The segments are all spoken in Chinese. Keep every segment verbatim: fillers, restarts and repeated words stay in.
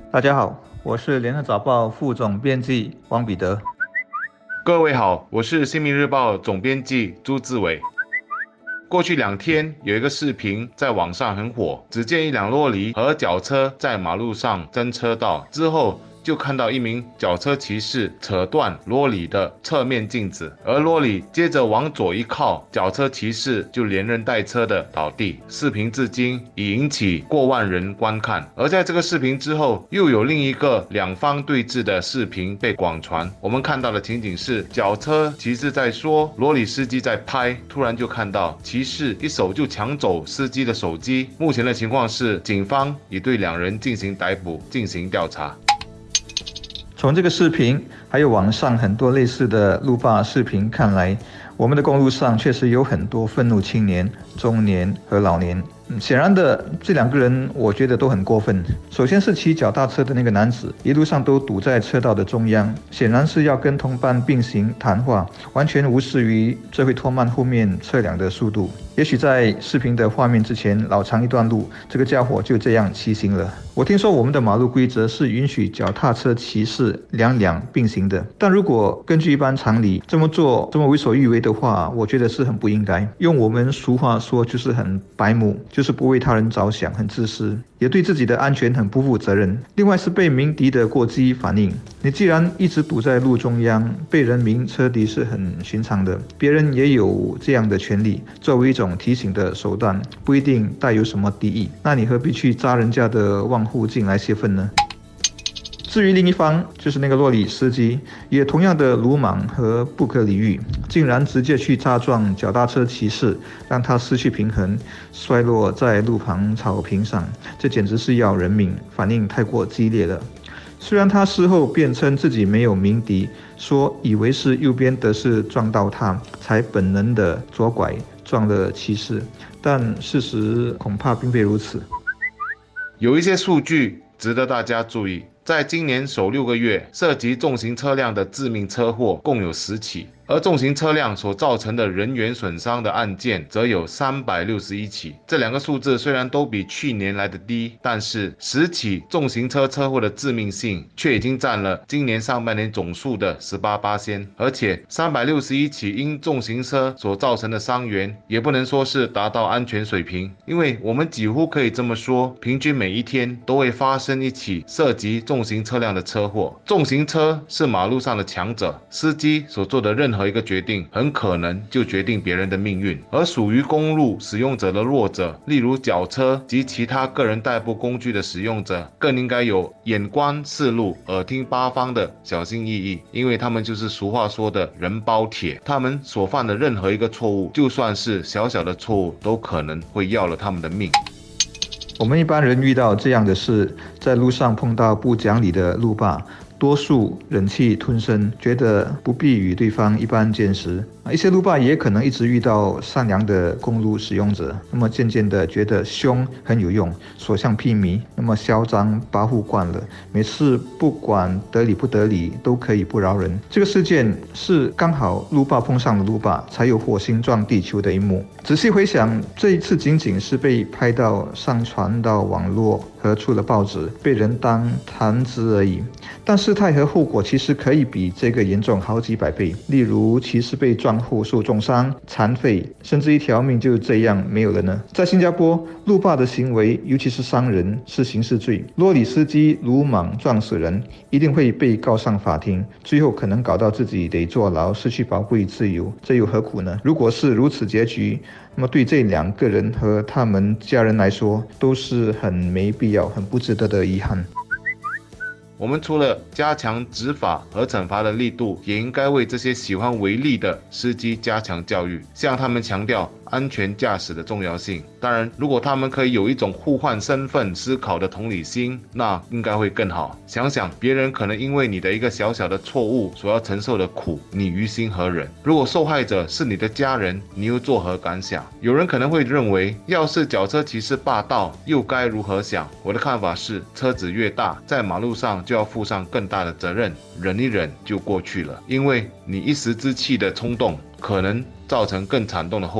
大家好，我是联合早报副总编辑王彼得。 各位好，我是新民日报总编辑朱志伟。过去两天有一个视频在网上很火，只见一辆洛梨和脚车在马路上争车道，之后就看到一名脚车骑士扯断洛里的侧面镜子，而洛里接着往左一靠，脚车骑士就连人带车的倒地。视频至今已引起过万人观看。而在这个视频之后，又有另一个两方对峙的视频被广传。我们看到的情景是，脚车骑士在说，洛里司机在拍，突然就看到骑士一手就抢走司机的手机。目前的情况是，警方已对两人进行逮捕，进行调查。 从这个视频，还有网上很多类似的路霸视频看来，我们的公路上确实有很多愤怒青年、中年和老年。嗯，显然的，这两个人我觉得都很过分。首先是骑脚踏车的那个男子，一路上都堵在车道的中央，显然是要跟同伴并行谈话，完全无视于这会拖慢后面车辆的速度。也许在视频的画面之前老长一段路，这个家伙就这样骑行了。我听说我们的马路规则是允许脚踏车骑士两两并行的，但如果根据一般常理这么做这么为所欲为的话，我觉得是很不应该。用我们俗话说，就是很白目，就是不为他人着想，很自私，也对自己的安全很不负责任。另外是被鸣笛的过激反应，你既然一直堵在路中央，被人鸣车笛是很寻常的，别人也有这样的权利，作为一种提醒的手段，不一定带有什么敌意，那你何必去扎人家的望户镜来泄愤呢？至于另一方，就是那个洛里司机，也同样的鲁莽和不可理喻，竟然直接去擦撞脚踏车骑士，让他失去平衡，摔落在路旁草坪上，这简直是要人命，反应太过激烈了。虽然他事后辩称自己没有鸣笛，说以为是右边德士撞到他，才本能的左拐撞了骑士，但事实恐怕并非如此。 有一些数据值得大家注意。在今年首六个月，涉及重型车辆的致命车祸共有十起，而重型车辆所造成的人员损伤的案件则有三百六十一起。这两个数字虽然都比去年来的低，但是十起重型车车祸的致命性却已经占了今年上半年总数的 百分之十八， 而且三百六十一起因重型车所造成的伤员也不能说是达到安全水平，因为我们几乎可以这么说，平均每一天都会发生一起涉及重型车辆的车祸。重型车是马路上的强者，司机所做的任何一个决定很可能就决定别人的命运，而属于公路使用者的弱者，例如脚车及其他个人代步工具的使用者，更应该有眼观四路耳听八方的小心翼翼，因为他们就是俗话说的人包铁，他们所犯的任何一个错误，就算是小小的错误，都可能会要了他们的命。 我们一般人遇到这样的事，在路上碰到不讲理的路霸，多数忍气吞声，觉得不必与对方一般见识。一些路霸也可能一直遇到善良的公路使用者，那么渐渐的觉得凶很有用，所向披靡，那么嚣张跋扈惯了，每次不管得理不得理都可以不饶人。这个事件是刚好路霸碰上了路霸，才有火星撞地球的一幕。仔细回想，这一次仅仅是被拍到上传到网络和出了报纸，被人当谈资而已，但事态和后果其实可以比这个严重好几百倍。例如骑士被撞后受重伤、残废，甚至一条命就这样没有了呢？在新加坡，路霸的行为，尤其是伤人，是刑事罪。洛里司机鲁莽撞死人，一定会被告上法庭，最后可能搞到自己得坐牢，失去宝贵自由，这又何苦呢？如果是如此结局，那么对这两个人和他们家人来说，都是很没必要、很不值得的遗憾。 我们除了加强执法和惩罚的力度，也应该为这些喜欢违例的司机加强教育，向他们强调安全驾驶的重要性。当然，如果他们可以有一种互换身份思考的同理心，那应该会更好。想想别人可能因为你的一个小小的错误所要承受的苦，你于心何忍？如果受害者是你的家人，你又作何感想？有人可能会认为，要是脚车骑士霸道，又该如何想？我的看法是，车子越大，在马路上就要负上更大的责任，忍一忍就过去了，因为你一时之气的冲动，可能造成更惨痛的后果。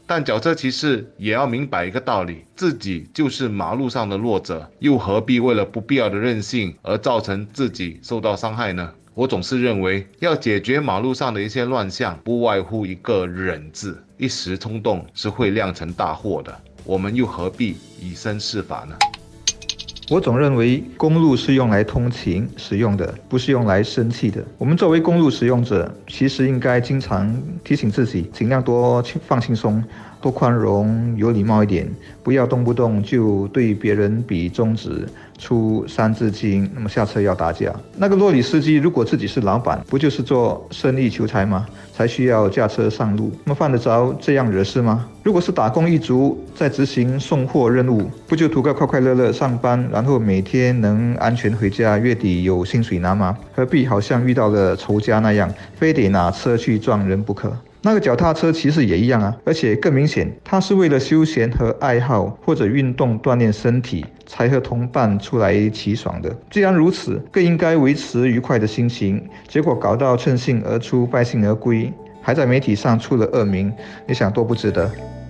但脚车骑士也要明白一个道理，自己就是马路上的弱者，又何必为了不必要的任性而造成自己受到伤害呢？我总是认为，要解决马路上的一些乱象，不外乎一个忍字，一时冲动是会酿成大祸的。我们又何必以身试法呢？ 我总认为公路是用来通勤使用的，不是用来生气的。我们作为公路使用者，其实应该经常提醒自己，尽量多放轻松，多宽容，有礼貌一点，不要动不动就对别人比中指，出三字经，那么下车要打架。那个洛里司机如果自己是老板，不就是做生意求财吗？才需要驾车上路，那么犯得着这样惹事吗？如果是打工一族在执行送货任务，不就图个快快乐乐上班，然后每天能安全回家，月底有薪水拿吗？何必好像遇到了仇家那样，非得拿车去撞人不可？那个脚踏车其实也一样啊，而且更明显，它是为了休闲和爱好或者运动锻炼身体，才和同伴出来骑爽的。既然如此，更应该维持愉快的心情，结果搞到趁兴而出，败兴而归，还在媒体上出了恶名，你想多不值得？